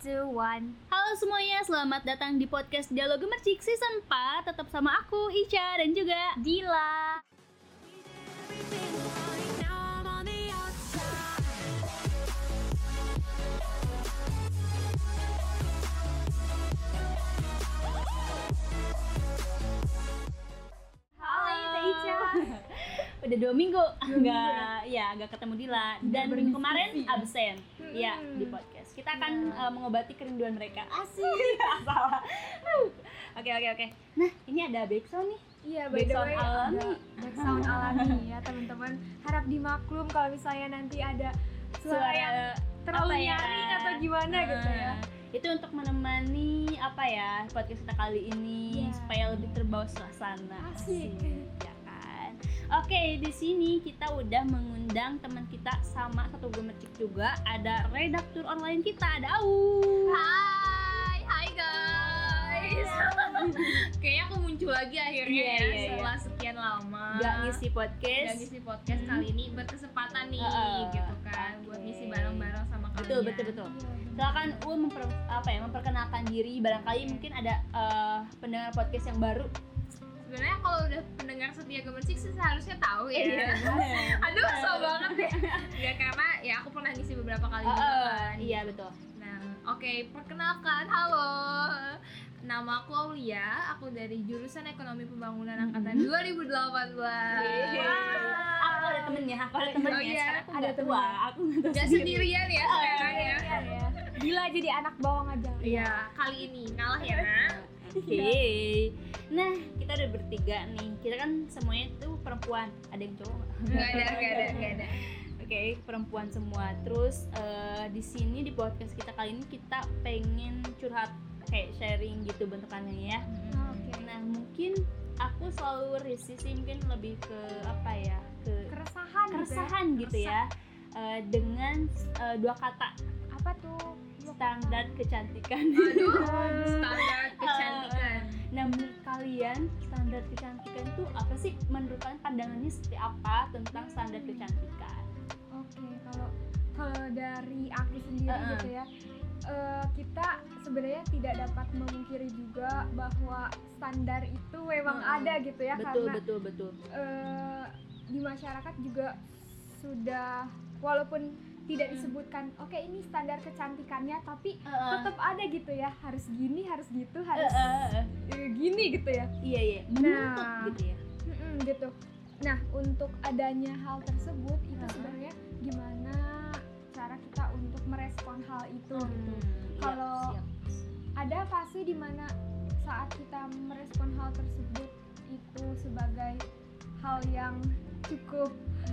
2, 1. Halo semuanya, selamat datang di podcast Dialog Gemercik Season 4. Tetap sama aku, Ica, dan juga Dila. Hai Ica. Udah 2 minggu nggak ketemu Dila, dan minggu kemarin absen ya di podcast. Kita akan mengobati kerinduan mereka. Asik. Salah. Oke. Nah, ini ada background nih. Iya, Background alami. Background alami ya teman-teman. Harap dimaklum kalau misalnya nanti ada suara yang terlalu nyaring atau gimana gitu ya. Itu untuk menemani podcast kita kali ini supaya lebih terbawa suasana. Asik. Ya kan. Oke, di sini kita udah mengundang teman kita sama satu gemercik juga. Ada redaktur online kita, ada Au. Hai guys. Kayaknya aku muncul lagi akhirnya setelah sekian lama. Gak ngisi podcast. Kali ini berkesempatan nih gitu kan buat ngisi bareng-bareng sama Betul. kalian. Silakan memperkenalkan diri, barangkali mungkin ada pendengar podcast yang baru. Sebenarnya kalau udah pendengar setia Gemercik sih seharusnya tahu ya. Aduh, so banget ya. Ya karena ya aku pernah ngisi beberapa kali juga kan. Iya, betul. Nah, oke, perkenalkan, halo. Nama aku Aulia, aku dari jurusan Ekonomi Pembangunan angkatan 2018. Aku ada temennya. Oh iya, Sekarang aku ada tua. Aku Gak sendirian ya sekarang ya. Dila jadi anak bawang aja. Iya, kali ini ngalah ya, Nak. Oke. Nah, kita udah bertiga nih. Kita kan semuanya tuh perempuan. Ada yang cowok nggak? Enggak ada. Oke, perempuan semua. Terus di sini di podcast kita kali ini kita pengen curhat, kayak sharing gitu bentukannya ya. Oke. Nah, mungkin aku selalu risih sih, mungkin lebih ke ke keresahan gitu ya. Dengan 2 kata. Apa tuh? Standar kecantikan. Standar kecantikan. Nah, menurut kalian standar kecantikan itu apa sih? Menurut kalian pandangannya seperti apa tentang standar kecantikan? Oke, kalau dari aku sendiri gitu ya, kita sebenarnya tidak dapat memungkiri juga bahwa standar itu memang ada gitu ya. Betul. Di masyarakat juga sudah, walaupun tidak disebutkan oke ini standar kecantikannya, tapi tetap ada gitu ya, harus gini, harus gitu, harus gini gitu ya. Iya, menuntut gitu ya. Gitu. Nah, untuk adanya hal tersebut itu sebenarnya gimana cara kita untuk merespon hal itu gitu. Kalau ada fase di mana saat kita merespon hal tersebut itu sebagai hal yang cukup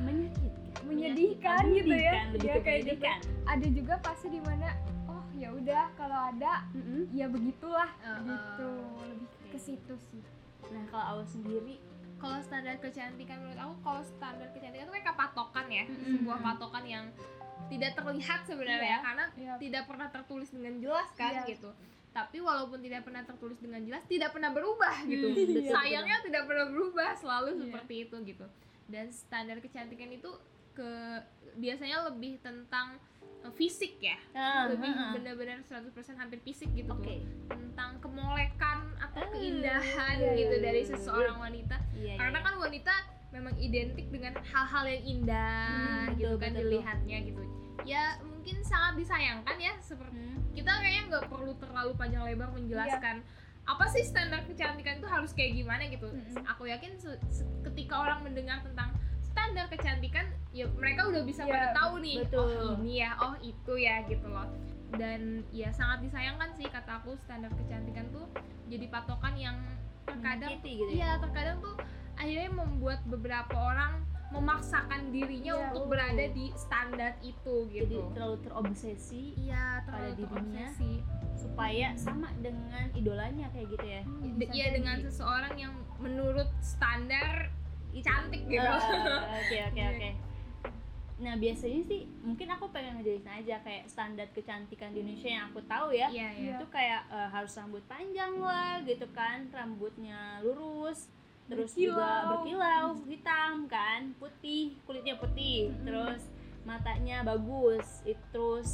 menyedihkan gitu ya. Lebih ke menyedihkan. Ada juga fase di mana oh ya udah kalau ada ya begitulah gitu. Lebih ke situ sih. Nah, kalau awal sendiri, Kalau standar kecantikan menurut aku, itu kayak patokan ya, sebuah patokan yang tidak terlihat sebenarnya karena tidak pernah tertulis dengan jelas kan gitu. Tapi walaupun tidak pernah tertulis dengan jelas, tidak pernah berubah gitu. Sayangnya tidak pernah berubah, selalu seperti itu gitu. Dan standar kecantikan itu biasanya lebih tentang fisik ya, lebih benar-benar 100% hampir fisik gitu tuh, tentang kemolekan atau keindahan gitu dari seseorang wanita. Karena kan wanita memang identik dengan hal-hal yang indah gitu kan dilihatnya gitu. Ya mungkin sangat disayangkan ya, seperti kita kayaknya nggak perlu terlalu panjang lebar menjelaskan apa sih standar kecantikan itu harus kayak gimana gitu. Aku yakin ketika orang mendengar tentang standar kecantikan, ya mereka udah bisa pada tahu nih, oh ini ya, oh itu ya gitu loh. Dan ya sangat disayangkan sih kata aku, standar kecantikan tuh jadi patokan yang terkadang terkadang tuh akhirnya membuat beberapa orang memaksakan dirinya untuk berada di standar itu gitu. Jadi terlalu terobsesi pada dirinya supaya sama dengan idolanya kayak gitu ya. Iya, dengan seseorang yang menurut standar cantik gitu. Oke. Nah, biasanya sih mungkin aku pengen ngejelasin aja kayak standar kecantikan di Indonesia yang aku tahu ya. Itu kayak harus rambut panjang lah gitu kan, rambutnya lurus, terus juga berkilau, hitam kan, putih, kulitnya putih, terus matanya bagus, terus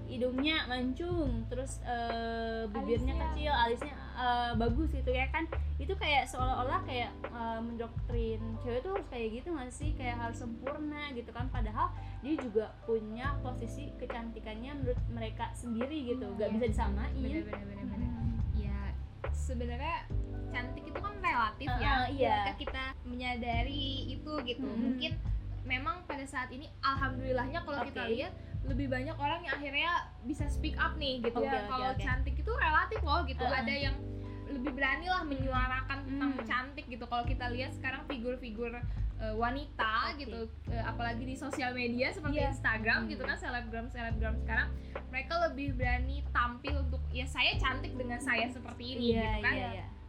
hidungnya mancung, terus bibirnya kecil, alisnya bagus gitu ya kan. Itu kayak seolah-olah kayak mendoktrin cewek tuh harus kayak gitu nggak sih, kayak harus sempurna gitu kan, padahal dia juga punya posisi kecantikannya menurut mereka sendiri gitu, nggak bisa disamain. Bener. Ya sebenarnya cantik itu kan relatif ya. Ketika kita menyadari itu gitu, mungkin memang pada saat ini alhamdulillahnya kalau kita lihat lebih banyak orang yang akhirnya bisa speak up nih gitu. Kalau cantik itu relatif loh gitu. Ada yang lebih berani lah menyuarakan tentang cantik gitu. Kalau kita lihat sekarang figur-figur wanita gitu, apalagi di sosial media seperti Instagram gitu kan, selebgram sekarang mereka lebih berani tampil untuk ya saya cantik dengan saya seperti ini gitu kan.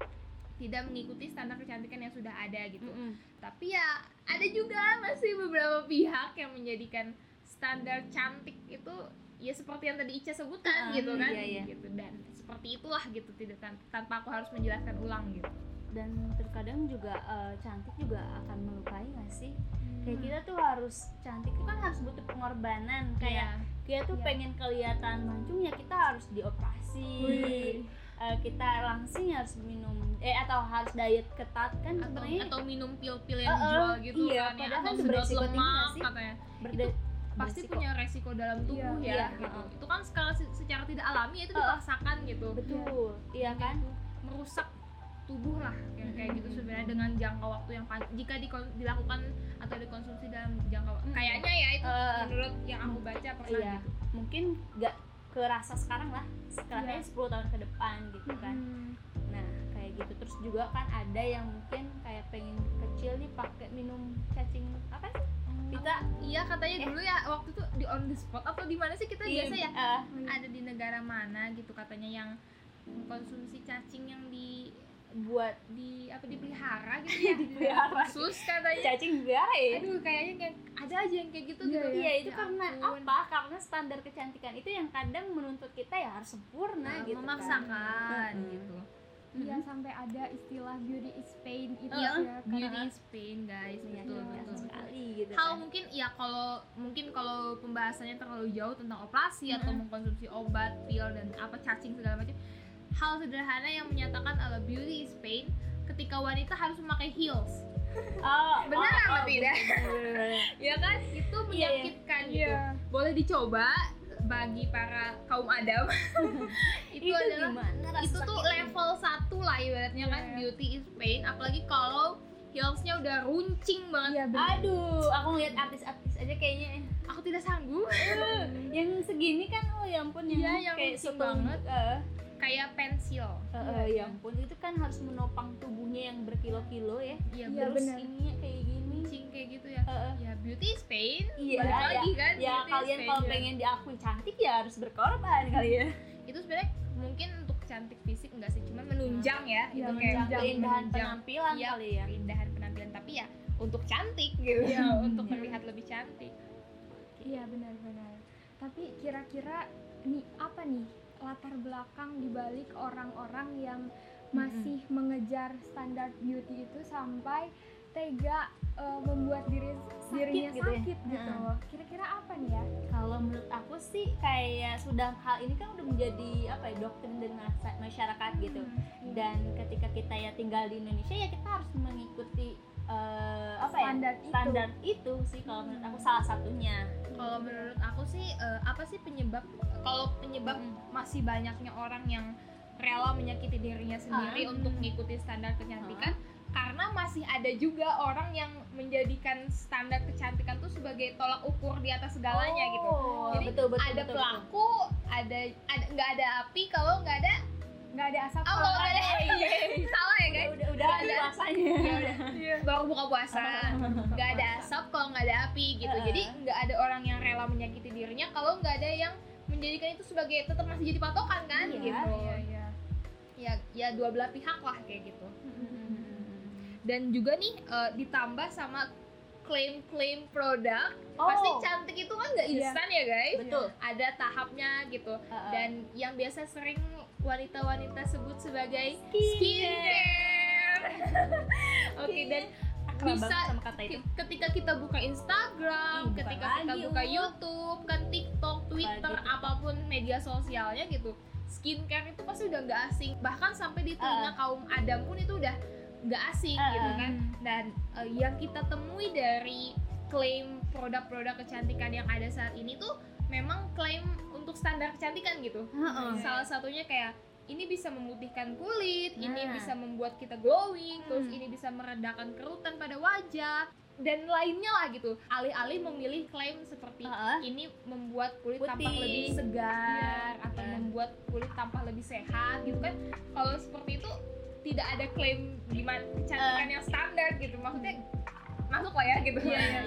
Tidak mengikuti standar kecantikan yang sudah ada gitu. Tapi ya ada juga masih beberapa pihak yang menjadikan standar cantik itu ya seperti yang tadi Ica sebutkan gitu kan. Gitu. Dan seperti itulah gitu, tidak tanpa aku harus menjelaskan ulang gitu. Dan terkadang juga cantik juga akan melukai nggak sih? Kayak kita tuh harus cantik itu kan harus butuh pengorbanan. Kayak kita tuh pengen kelihatan mancung ya kita harus dioperasi. Kita langsing harus minum atau harus diet ketat kan sebenarnya, atau minum pil-pil yang dijual gitu kan ya, atau sedot lemak katanya. Itu pasti punya resiko dalam tubuh gitu. Itu kan secara tidak alami itu dipaksakan gitu. Betul. Iya kan? Merusak tubuh lah kayak gitu sebenarnya dengan jangka waktu yang jika dilakukan atau dikonsumsi dalam jangka waktu. Kayaknya ya itu menurut yang aku baca pernah gitu. Mungkin nggak kerasa sekarang lah, sekarang 10 tahun ke depan gitu kan. Nah kayak gitu. Terus juga kan ada yang mungkin kayak pengen kecil nih pakai minum cacing apa sih? Kita katanya dulu ya waktu itu di on the spot atau di mana sih kita biasa ya ada di negara mana gitu katanya yang konsumsi cacing yang dipelihara gitu ya, dipelihara khusus katanya cacing dipelihara ya. Aduh kayaknya ada aja yang kayak gitu gitu. Iya itu karena apa? Karena standar kecantikan itu yang kadang menuntut kita ya harus sempurna gitu, memaksakan gitu. Iya sampai ada istilah beauty is pain itu beauty is pain guys, betul sekali gitu. Hal mungkin ya kalau pembahasannya terlalu jauh tentang operasi atau mengkonsumsi obat, pil dan apa cacing segala macam, hal sederhana yang menyatakan beauty is pain ketika wanita harus memakai heels. Benar apa tidak? Ya kan itu menyakitkan gitu. Boleh dicoba bagi para kaum Adam. itu adalah itu tuh level 1 lah ibaratnya kan beauty is pain, apalagi kalau heelsnya udah runcing banget. Aduh, aku ngeliat artis-artis aja kayaknya aku tidak sanggup. Yang segini kan ya ampun yang kayak banget. Kayak pensil. Ya ampun itu kan harus menopang tubuhnya yang berkilo-kilo ya. Terus ininya kayak gini. Kayak gitu ya. Ya beauty is pain. Balik lagi kan. Ya kalian kalau pengen diakui cantik ya harus berkorban kali ya. Itu sebenarnya mungkin untuk cantik fisik enggak sih, cuma menunjang ya. Itu kayak keindahan penampilan kali ya. Keindahan penampilan tapi ya untuk cantik gitu. Untuk terlihat lebih cantik. Iya benar-benar. Tapi kira-kira nih apa nih latar belakang dibalik orang-orang yang masih mengejar standar beauty itu sampai tega membuat dirinya sakit gitu. Kira-kira apa nih ya? Kalau menurut aku sih kayak sudah hal ini kan udah menjadi doktrin dari masyarakat gitu. Dan ketika kita ya tinggal di Indonesia ya kita harus mengikuti standar itu sih kalau menurut aku salah satunya. Kalau menurut aku sih apa sih penyebab masih banyaknya orang yang rela menyakiti dirinya sendiri untuk mengikuti standar kecantikan? Karena masih ada juga orang yang menjadikan standar kecantikan tuh sebagai tolak ukur di atas segalanya gitu. Jadi betul, pelaku, ada nggak ada api kalau nggak ada asap. Kalau nggak ada salah ya guys. Udah ada puasanya. Baru buka puasa. Nggak ada asap kalau nggak ada api gitu. Jadi nggak ada orang yang rela menyakiti dirinya kalau nggak ada yang menjadikan itu sebagai tetap masih jadi patokan kan gitu. Ya dua belah pihak lah kayak gitu. Dan juga nih ditambah sama klaim-klaim produk. Pasti cantik itu kan nggak instan ya guys. Betul. Ada tahapnya gitu. Dan yang biasa sering wanita-wanita sebut sebagai skincare. Oke, dan bisa ketika kita buka Instagram, ketika kita buka YouTube, kan TikTok, Twitter, apapun media sosialnya gitu, skincare itu pasti udah nggak asing. Bahkan sampai di telinga kaum Adam pun itu udah nggak asing gitu kan. Dan yang kita temui dari klaim produk-produk kecantikan yang ada saat ini tuh memang klaim untuk standar kecantikan gitu. Salah satunya kayak ini bisa memutihkan kulit, ini bisa membuat kita glowing, terus ini bisa meredakan kerutan pada wajah dan lainnya lah gitu. Alih-alih memilih klaim seperti ini membuat kulit tampak lebih segar atau membuat kulit tampak lebih sehat gitu kan. Kalau seperti itu tidak ada klaim gimana kecantikan yang standar gitu. Maksudnya masuk lah ya gitu.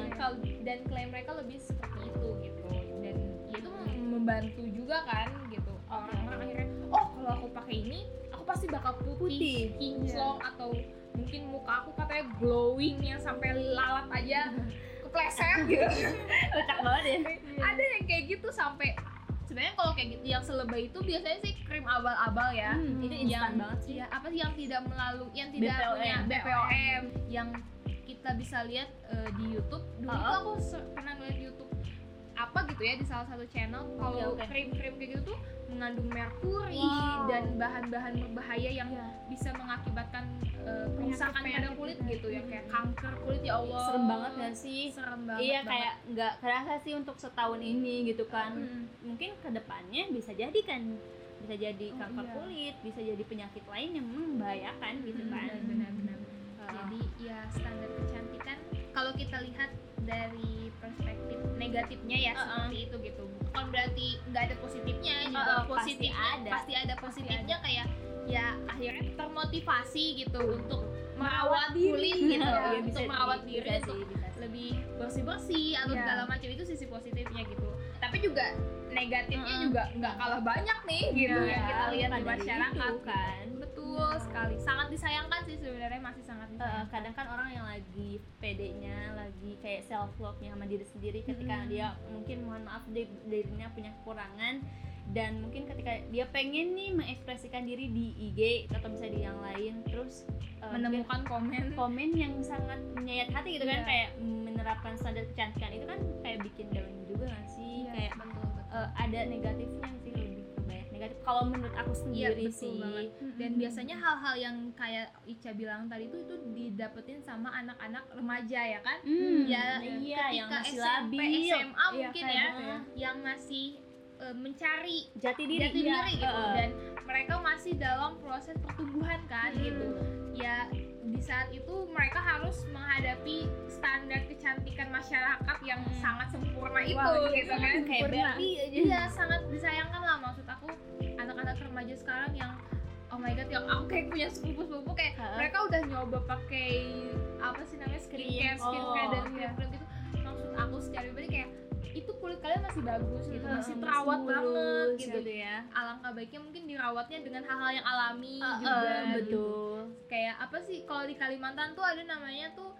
Dan klaim mereka lebih seperti itu gitu. Dan itu membantu juga kan gitu. Orang-orang akhirnya kalau aku pakai ini aku pasti bakal putih. Kinclong atau mungkin muka aku katanya glowing yang sampai lalat aja kepleset gitu. Kocak banget ya. Ada yang kayak gitu sampai sebenarnya kalau kayak gitu yang selebay itu biasanya sih krim abal-abal ya. Itu instan banget sih. Ya, apa sih yang tidak melalui yang tidak punya BPOM yang kita bisa lihat di YouTube. Dulu itu aku pernah ngeliat YouTube apa gitu ya di salah satu channel kalau krim-krim kayak gitu tuh mengandung merkuri dan bahan-bahan berbahaya yang bisa mengakibatkan kerusakan pada kulit gitu ya, kayak kanker kulit. Ya Allah, serem banget gak sih? Serem banget. Iya, kayak nggak kerasa sih untuk setahun ini gitu kan. Mungkin kedepannya bisa jadi kan, bisa jadi kanker kulit, bisa jadi penyakit lain yang memang membahayakan gitu kan. Benar-benar. Jadi ya standar kecantikan kalau kita lihat dari perspektif negatifnya ya seperti itu gitu. Bukan berarti nggak ada positifnya juga, pasti ada positifnya. Kayak ya akhirnya termotivasi gitu untuk merawat kulit gitu, untuk merawat diri untuk lebih bersih atau segala macam. Itu sisi positifnya gitu. Tapi juga negatifnya juga nggak kalah banyak nih gitu yang kita lihat di masyarakat kan. Betul sekali, sangat disayangkan sih sebenarnya, masih sangat disayangkan. Kadang kan orang yang lagi pedenya, lagi kayak self love-nya sama diri sendiri, ketika dia mungkin mohon maaf dirinya punya kekurangan, dan mungkin ketika dia pengen nih mengekspresikan diri di IG atau bisa di yang lain, terus menemukan komen yang sangat menyayat hati gitu kan, kayak menerapkan standar kecantikan itu kan kayak bikin down juga nggak sih? Kayak ada negatifnya sih, lebih banyak negatif kalau menurut aku sendiri sih. Dan biasanya hal-hal yang kayak Ica bilang tadi itu didapetin sama anak-anak remaja ya kan? Ketika yang masih SMP, labil, SMA mungkin yang masih mencari jati diri gitu. Dan mereka masih dalam proses pertumbuhan kan gitu. Ya di saat itu mereka harus menghadapi standar kecantikan masyarakat yang sangat sempurna itu gitu kan. Kayak Barbie aja. Iya, sangat disayangkan lah maksud aku anak-anak remaja sekarang yang oh my god, yang aku kayak punya sepupu-sepupu kayak mereka udah nyoba pakai apa sih namanya skincare dan krim gitu. Maksud aku secara pribadi kayak itu kulit kalian masih bagus gitu, masih terawat banget gitu ya. Alangkah baiknya mungkin dirawatnya dengan hal-hal yang alami juga. Betul. Gitu. Kayak apa sih kalau di Kalimantan tuh ada namanya tuh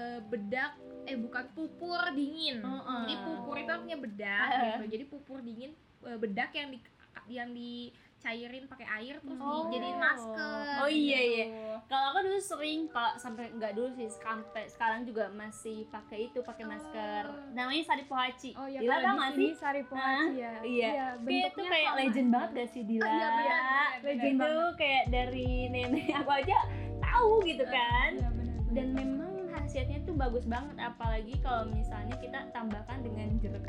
bedak bukan pupur dingin. Jadi pupur itu artinya bedak gitu. Jadi pupur dingin bedak yang dicairin pakai air terus dijadiin masker. Iya. Kalau aku dulu sering, kalau sampai enggak dulu sih, sampai sekarang juga masih pakai masker. Namanya Sari Pohaci. Dila tau nggak sih? Sari Pohaci ya. Iya. Itu kayak legend banget gak sih Dila? Legend tuh kayak dari nenek aku aja tahu gitu kan. Dan memang khasiatnya tuh bagus banget, apalagi kalau misalnya kita tambahkan dengan jeruk.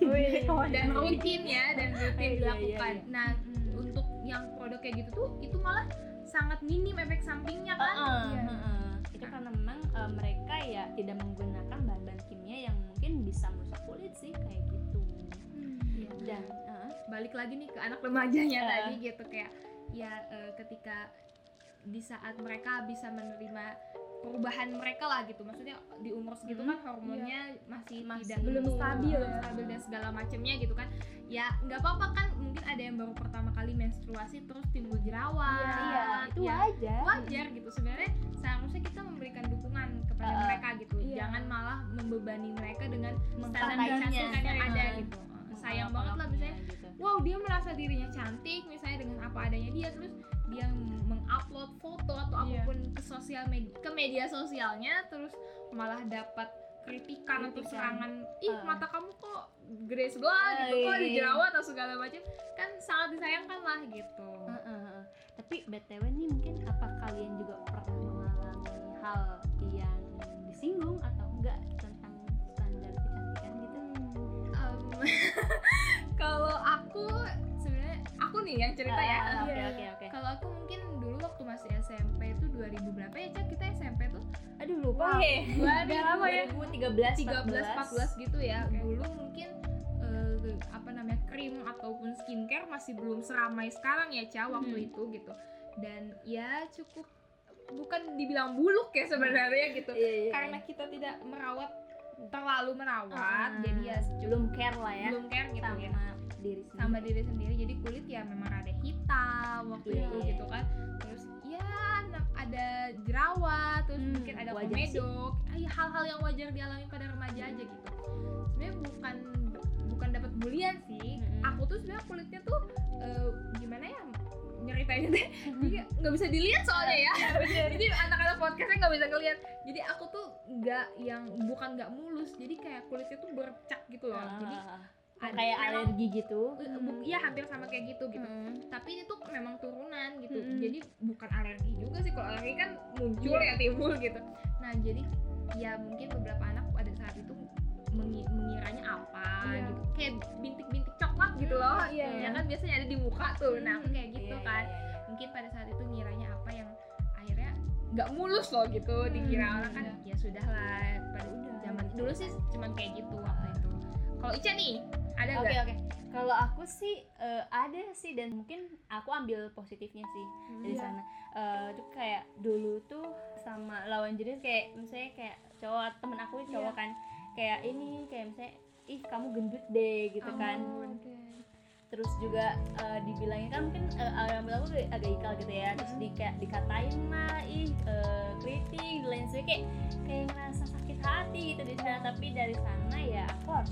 Dan rutin dilakukan. Nah, untuk yang produk kayak gitu tuh itu malah sangat minim efek sampingnya kan. Itu karena memang mereka ya tidak menggunakan bahan-bahan kimia yang mungkin bisa merusak kulit sih, kayak gitu. Dan balik lagi nih ke anak remajanya tadi gitu, kayak ya ketika di saat mereka bisa menerima perubahan mereka lah gitu, maksudnya di umur segitu kan hormonnya masih belum stabil dan segala macamnya gitu kan. Ya nggak apa-apa kan, mungkin ada yang baru pertama kali menstruasi terus timbul jerawat. Itu wajar gitu. Sebenarnya seharusnya kita memberikan dukungan kepada mereka gitu. Jangan malah membebani mereka dengan standar kecantikan yang ada gitu. Sayang banget lah misalnya, wow dia merasa dirinya cantik misalnya dengan apa adanya dia, terus dia mengupload foto atau apapun ke media sosialnya, terus malah dapat kritikan atau serangan, mata kamu kok gede sebelah gitu, kok ada jerawat atau segala macam, kan sangat disayangkan lah gitu. Tapi BTW nih, mungkin apa kalian juga pernah mengalami hal yang disinggung atau enggak tentang standar kecantikan gitu? Kalau aku sebenarnya, aku nih yang cerita ya. Oke. Kalau aku mungkin dulu waktu masih SMP itu 2000 berapa ya, Cak? Kita SMP tuh Aduh lupa. 2013 14 gitu ya. Dulu mungkin krim ataupun skincare masih belum seramai sekarang ya, Ca, waktu itu gitu. Dan ya cukup, bukan dibilang buluk ya sebenarnya gitu. Karena kita tidak terlalu merawat, jadi ya belum care lah ya. Belum care gitu sama diri sendiri. Jadi kulit ya memang rada hitam waktu itu gitu kan. Terus ya ada jerawat, terus mungkin ada komedo, hal-hal yang wajar dialami pada remaja aja gitu. Sebenarnya bukan dapat bulian sih. Aku tuh sebenarnya kulitnya tuh gimana ya nyeritainnya deh, jadi nggak bisa dilihat soalnya ya. Jadi anak-anak podcastnya nggak bisa ngeliat. Jadi aku tuh bukan nggak mulus, jadi kayak kulitnya tuh bercak gitu loh. Jadi kayak alergi gitu. Iya, hampir sama kayak gitu. Tapi itu memang turunan gitu. Jadi bukan alergi juga sih. Kalau alergi kan muncul ya, timbul gitu. Nah jadi ya mungkin beberapa anak pada saat itu mengiranya apa gitu, kayak bintik-bintik coklat gitu loh. Ya kan biasanya ada di muka tuh. Nah aku kayak gitu kan. Mungkin pada saat itu ngiranya apa yang akhirnya nggak mulus loh gitu. Dikira orang kan ya sudah lah, pada zaman dulu sih cuman kayak gitu waktu itu. Kalau Ica nih ada nggak? Oke. Kalau aku sih ada sih, dan mungkin aku ambil positifnya sih dari sana. Itu kayak dulu tuh sama lawan jenis, kayak misalnya kayak cowok, temen aku cowok kan, kayak misalnya kamu gendut deh gitu kan. Terus juga dibilangin kan, mungkin rambut aku agak ikal gitu ya, terus dikatain lah kritik lain sebagainya, kayak ngerasa sakit hati gitu di sana. Tapi dari sana ya aku harus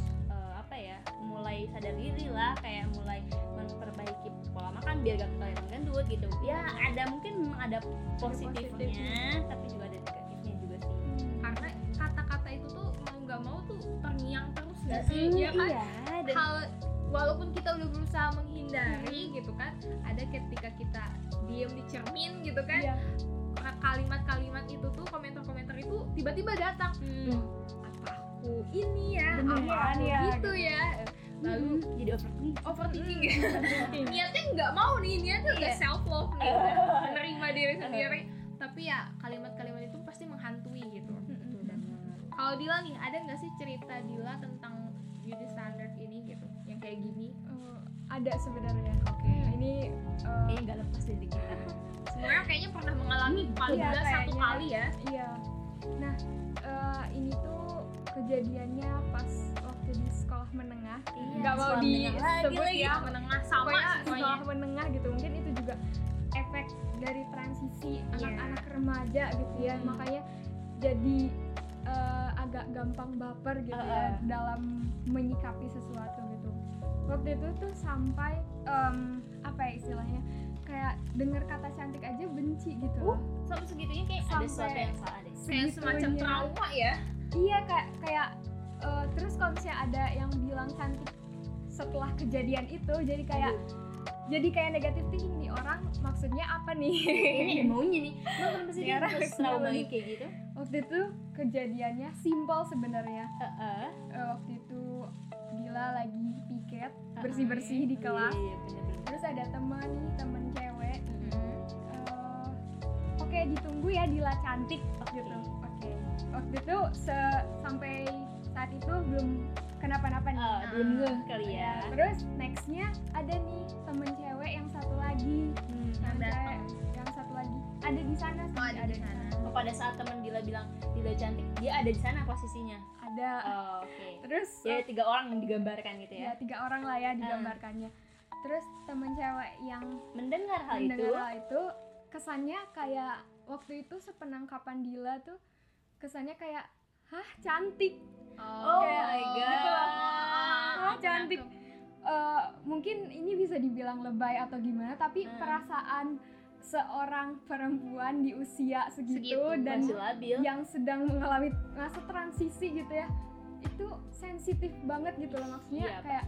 mulai sadar diri lah, kayak mulai memperbaiki pola makan biar gak kelihatan gendut gitu ya. Memang ada positifnya, tapi juga ada negatifnya juga sih. Karena kata-kata itu tuh mau nggak mau tuh terngiang terus nggak sih? Ya kan? Hal walaupun kita udah berusaha menghindari gitu kan, ada ketika kita diem di cermin gitu kan, kalimat-kalimat itu tuh, komentar-komentar itu tiba-tiba datang. Apa aku ini ya? Apa aku gitu ya? Lalu jadi overthinking ya. Niatnya nggak mau nih, niatnya udah self love nih, menerima diri sendiri, tapi ya kalimat-kalimat itu pasti menghantui gitu. Kalau Dila nih, ada nggak sih cerita Dila tentang beauty standard ini gitu, yang kayak gini? Ada sebenarnya. Ini kayaknya nggak lepas dari kita. Semuanya kayaknya pernah mengalami paling nggak satu kali ya. Iya. Nah, ini tuh kejadiannya pas waktu di sekolah menengah. Nggak mau disebut ya, menengah sama sekolah menengah gitu. Mungkin itu juga efek dari transisi anak-anak remaja gitu ya. Makanya jadi agak gampang baper gitu ya dalam menyikapi sesuatu gitu. Waktu itu tuh sampai istilahnya kayak dengar kata cantik aja benci gitu. Sampai segitunya kayak ada sesuatu yang salah deh. Kayak semacam trauma ya. Iya, kayak terus kalau misalnya ada yang bilang cantik setelah kejadian itu, jadi kayak negatif thinking nih, orang maksudnya apa nih? Ini maunya nih. Kenapa sih dia terus trauma kayak gitu? Waktu itu kejadiannya simpel sebenarnya. Waktu itu Dila lagi piket bersih-bersih di kelas. Terus ada temen cewek. Oke, ditunggu ya Dila cantik gitu. Waktu itu sampai saat itu belum kenapa-napa nih. Belum ngeh kali ya. Terus nextnya ada nih temen cewek yang satu lagi. Yang satu lagi ada di sana. Ada di sana. Pada saat temen Dila bilang Dila cantik, dia ada di sana posisinya. Ada. Terus ya 3 orang yang digambarkan gitu ya. Ya 3 orang lah ya digambarkannya. Terus temen cewek yang mendengar hal itu kesannya kayak waktu itu sepenangkapan Dila tuh kesannya kayak cantik. Kayak, my god gitu lah. Cantik. Mungkin ini bisa dibilang lebay atau gimana, tapi perasaan seorang perempuan di usia segitu dan yang sedang mengalami masa transisi gitu ya, itu sensitif banget gitu loh, maksudnya kayak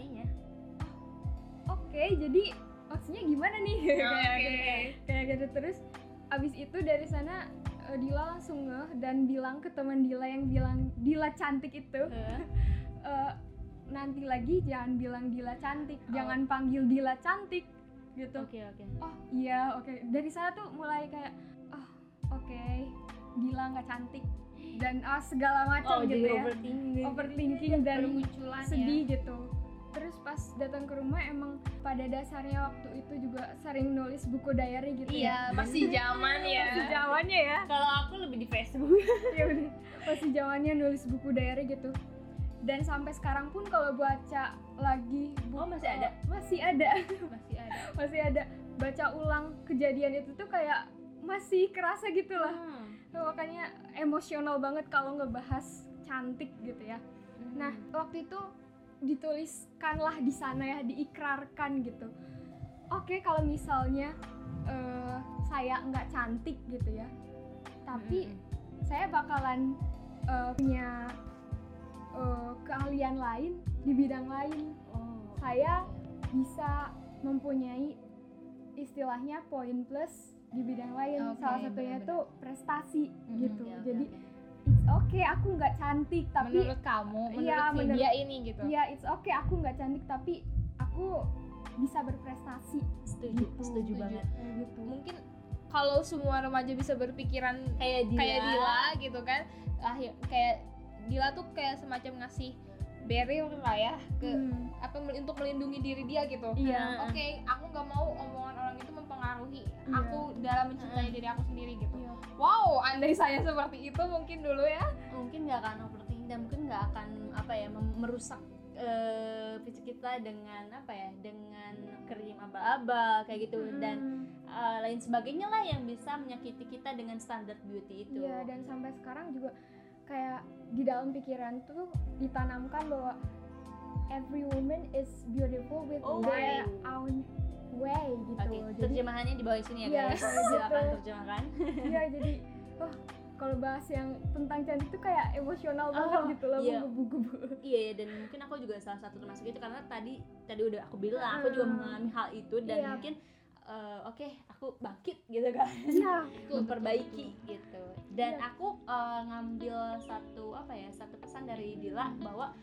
oke, jadi maksudnya gimana nih kayak gitu. Terus abis itu dari sana Dila langsung ngeh dan bilang ke teman Dila yang bilang Dila cantik itu, nanti lagi jangan bilang Dila cantik, jangan panggil Dila cantik gitu. Oke. Oh iya, oke. Dari sana tuh mulai kayak oke, Dila nggak cantik dan segala macam gitu ya. Overthinking dan sedih gitu. Terus pas datang ke rumah emang pada dasarnya waktu itu juga sering nulis buku diary gitu ya. Masih zaman ya. Masih zamannya ya. Kalau aku lebih di Facebook. Iya bener. Masih zamannya nulis buku diary gitu. Dan sampai sekarang pun kalau baca lagi masih ada baca ulang kejadian itu tuh kayak masih kerasa gitu lah. Makanya emosional banget kalau ngebahas cantik gitu ya. Nah waktu itu dituliskanlah di sana ya, diikrarkan gitu. Oke, kalau misalnya saya nggak cantik gitu ya, tapi saya bakalan punya keahlian lain di bidang lain. Saya bisa mempunyai istilahnya poin plus di bidang lain. Salah satunya tuh prestasi gitu. Jadi it's okay aku nggak cantik tapi menurut kamu, menurut dia ini gitu. Iya, it's okay aku nggak cantik tapi aku bisa berprestasi. Setuju banget. Gitu. Mungkin kalau semua remaja bisa berpikiran kayak Dila gitu kan, kayak Dila tuh kayak semacam ngasih barrier lah ya ke untuk melindungi diri dia gitu. Oke, aku nggak mau omongan orang itu mempengaruhi aku dalam mencintai diri aku sendiri gitu. Wow, andai saya seperti itu mungkin dulu ya. Mungkin nggak akan overthinking dan mungkin nggak akan merusak fisik kita dengan dengan krim abal-abal kayak gitu dan lain sebagainya lah yang bisa menyakiti kita dengan standar beauty itu. Iya, dan sampai sekarang juga kayak di dalam pikiran tuh ditanamkan bahwa every woman is beautiful with their own way gitu. Jadi terjemahannya di bawah sini ya guys. Silakan terjemahkan. Iya, jadi kalau bahas yang tentang cantik tuh kayak emosional banget gitu loh, menggebu-gebu. Iya, dan mungkin aku juga salah satu termasuk itu karena tadi udah aku bilang aku juga mengalami hal itu dan mungkin aku bangkit gitu kan. Memperbaiki gitu. Dan aku ngambil satu pesan dari Dila bahwa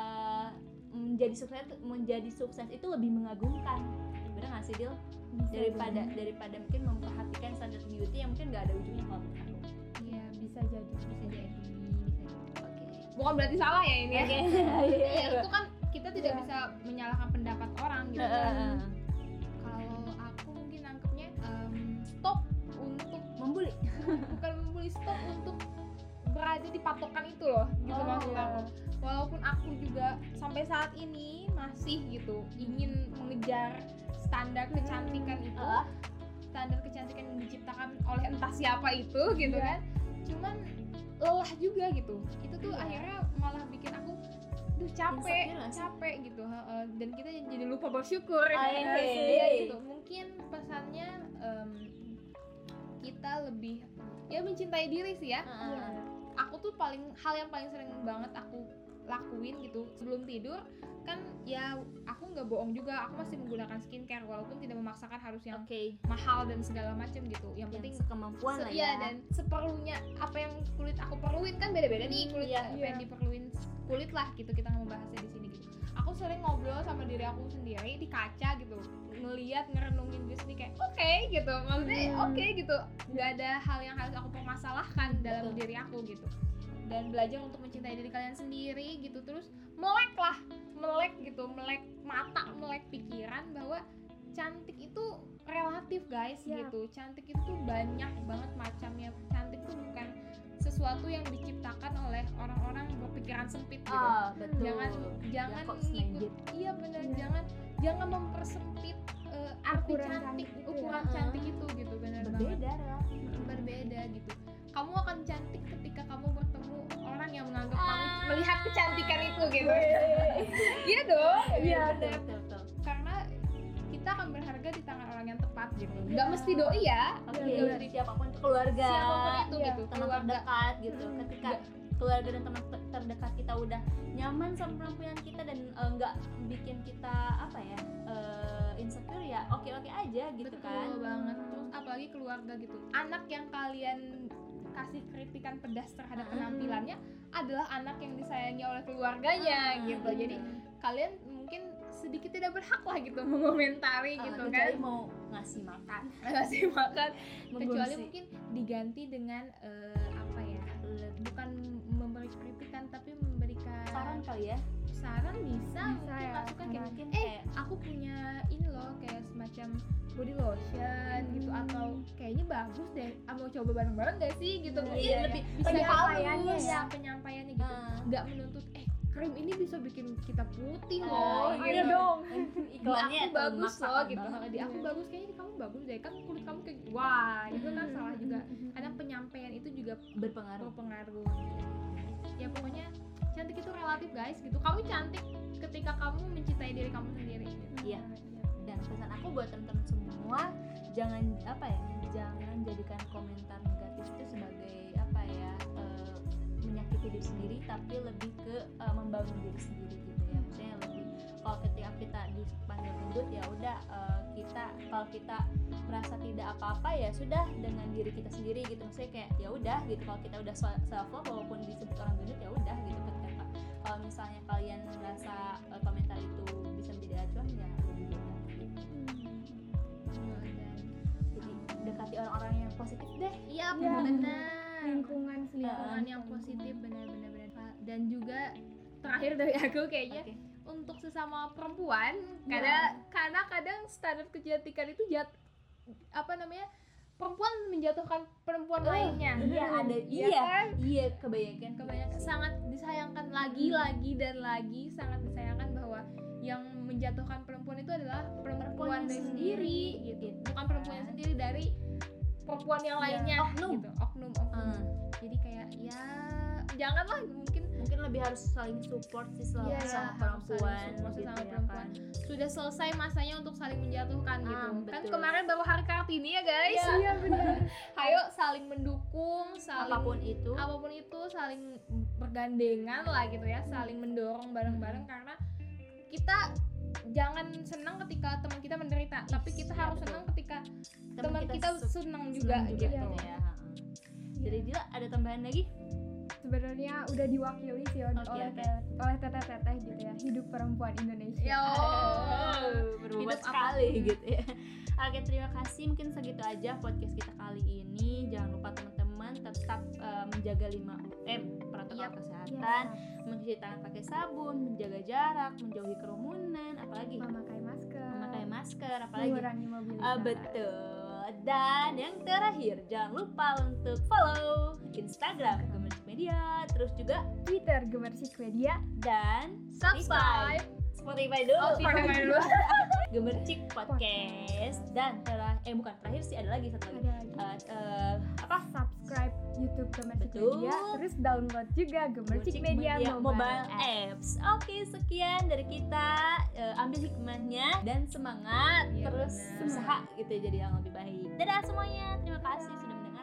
menjadi sukses itu lebih mengagumkan. Bener nggak sih Dil? Daripada mungkin memperhatikan standar beauty yang mungkin nggak ada ujungnya kalau menurut aku. Iya, bisa jadi. Oke. Bukan berarti salah ya ini ya. Iya, itu kan kita tidak bisa menyalahkan pendapat orang gitu kan. Kalau aku mungkin nangkepnya stop untuk membuli. Bukan membuli, stop untuk berada di patokan itu loh gitu maksud aku. Walaupun aku juga sampai saat ini masih gitu ingin mengejar standar kecantikan itu, standar kecantikan yang diciptakan oleh entah siapa itu gitu kan, cuman lelah juga gitu. Itu tuh akhirnya malah bikin aku capek gitu, dan kita jadi lupa bersyukur gitu. Mungkin pesannya kita lebih mencintai diri sih ya. Aku tuh hal yang paling sering banget aku lakuin gitu sebelum tidur kan, ya aku nggak bohong juga, aku masih menggunakan skincare walaupun tidak memaksakan harus yang mahal dan segala macam gitu. Yang penting sekemampuan lah ya. Iya, dan seperlunya apa yang kulit aku perluin kan beda-beda nih kulit apa yang diperluin kulit lah gitu. Kita nggak mau bahasnya di sini gitu. Aku sering ngobrol sama diri aku sendiri di kaca gitu, ngeliat ngerenungin diri sendiri kayak oke gitu, maksudnya gitu, nggak ada hal yang harus aku permasalahkan dalam diri aku gitu. Dan belajar untuk mencintai diri kalian sendiri gitu. Terus melek mata, melek pikiran bahwa cantik itu relatif guys gitu. Cantik itu banyak banget macamnya. Cantik itu bukan sesuatu yang diciptakan oleh orang-orang berpikiran sempit gitu. Betul. Jangan ngikut. Iya benar, jangan mempersempit arti cantik, ukuran cantik itu gitu. Benar banget. Berbeda gitu. Kamu akan cantik ketika kamu bertemu orang yang menganggap kamu melihat kecantikan itu gitu. Iya dong. Iya, betul. Karena kita akan berharga di tangan orang yang yang tepat gitu. Nggak mesti doi ya, siapapun keluarga, itu gitu, teman terdekat gitu. Ketika keluarga dan teman terdekat kita udah nyaman sama penampilan kita dan nggak bikin kita insecure ya oke aja gitu. Betul kan. Betul banget. Terus apalagi keluarga gitu, anak yang kalian kasih kritikan pedas terhadap penampilannya adalah anak yang disayangi oleh keluarganya gitu. Jadi kalian mungkin sedikit tidak berhak lah gitu mengomentari gitu kan. Mau ngasih makan kecuali mungkin diganti dengan bukan memberi kritikan tapi memberikan saran kali ya. Saran bisa mungkin ya, masukan kayak aku punya ini loh kayak semacam body lotion gitu, atau kayaknya bagus deh, mau coba bareng-bareng gak sih gitu. Lebih penyampaiannya penyampaiannya gitu, nggak menuntut krim ini bisa bikin kita putih loh gitu dong. Iklannya aku bagus loh gitu, di aku bagus, kayaknya di kamu bagus deh, kan kulit kamu kayak wah itu kan salah juga. Kadang penyampaian itu juga berpengaruh. Ya pokoknya cantik itu relatif guys gitu. Kamu cantik ketika kamu mencintai diri kamu sendiri gitu. Iya. Dan pesan aku buat teman-teman semua, jangan jadikan komentar negatif itu sebagai menyakiti diri sendiri, tapi lebih ke membangun diri sendiri gitu ya. Maksudnya lebih kalau ketika kita dipanggil gendut ya udah kalau kita merasa tidak apa-apa ya sudah dengan diri kita sendiri gitu. Maksudnya kayak ya udah gitu, kalau kita udah self love walaupun disebut orang gendut ya udah gitu. Ketika kalau misalnya kalian merasa komentar itu bisa menjadi acuan ya lebih baik gitu. Jadi dekati orang-orang yang positif deh. Iya benar. Lingkungan yang positif benar-benar. Dan juga terakhir dari aku kayaknya untuk sesama perempuan karena kadang standar kecantikan itu perempuan menjatuhkan perempuan lainnya. Kebanyakan sangat disayangkan lagi dan lagi sangat disayangkan bahwa yang menjatuhkan perempuan itu adalah perempuan sendiri gitu. Bukan perempuan sendiri, dari perempuan yang lainnya gitu. Oknum. Jadi kayak ya janganlah, mungkin lebih harus saling support sih sama perempuan gitu ya kan. Sudah selesai masanya untuk saling menjatuhkan gitu. Kan kemarin baru hari Kartini ya guys. Iya benar. Ayo saling mendukung, apapun itu saling bergandengan lah gitu ya, saling mendorong bareng-bareng, karena kita jangan senang ketika teman kita menderita, tapi kita harus senang ketika teman kita senang juga gitu ya. Jadi Dila, ada tambahan lagi? Sebenarnya udah diwakili sih oleh teteh-teteh gitu ya, hidup perempuan Indonesia. Berubah sekali gitu ya. Oke, terima kasih, mungkin segitu aja podcast kita kali ini. Jangan lupa teman-teman tetap menjaga 5M protokol kesehatan, mencuci tangan pakai sabun, menjaga jarak, menjauhi kerumunan, apalagi memakai masker, apalagi mengurangi mobilitas. Betul. Dan yang terakhir, jangan lupa untuk follow Instagram Gemercik Media, terus juga Twitter Gemercik Media, dan subscribe Spotify dulu. Spotify dulu. Gemercik Podcast. Dan terakhir sih ada lagi satu lagi. Subscribe YouTube Gemercik Betul. Media, terus download juga Gemercik Media Mobile Apps. Oke, sekian dari kita. Ambil hikmahnya dan semangat, terus usaha gitu ya, jadi yang lebih baik. Dadah semuanya, terima kasih sudah mendengarkan.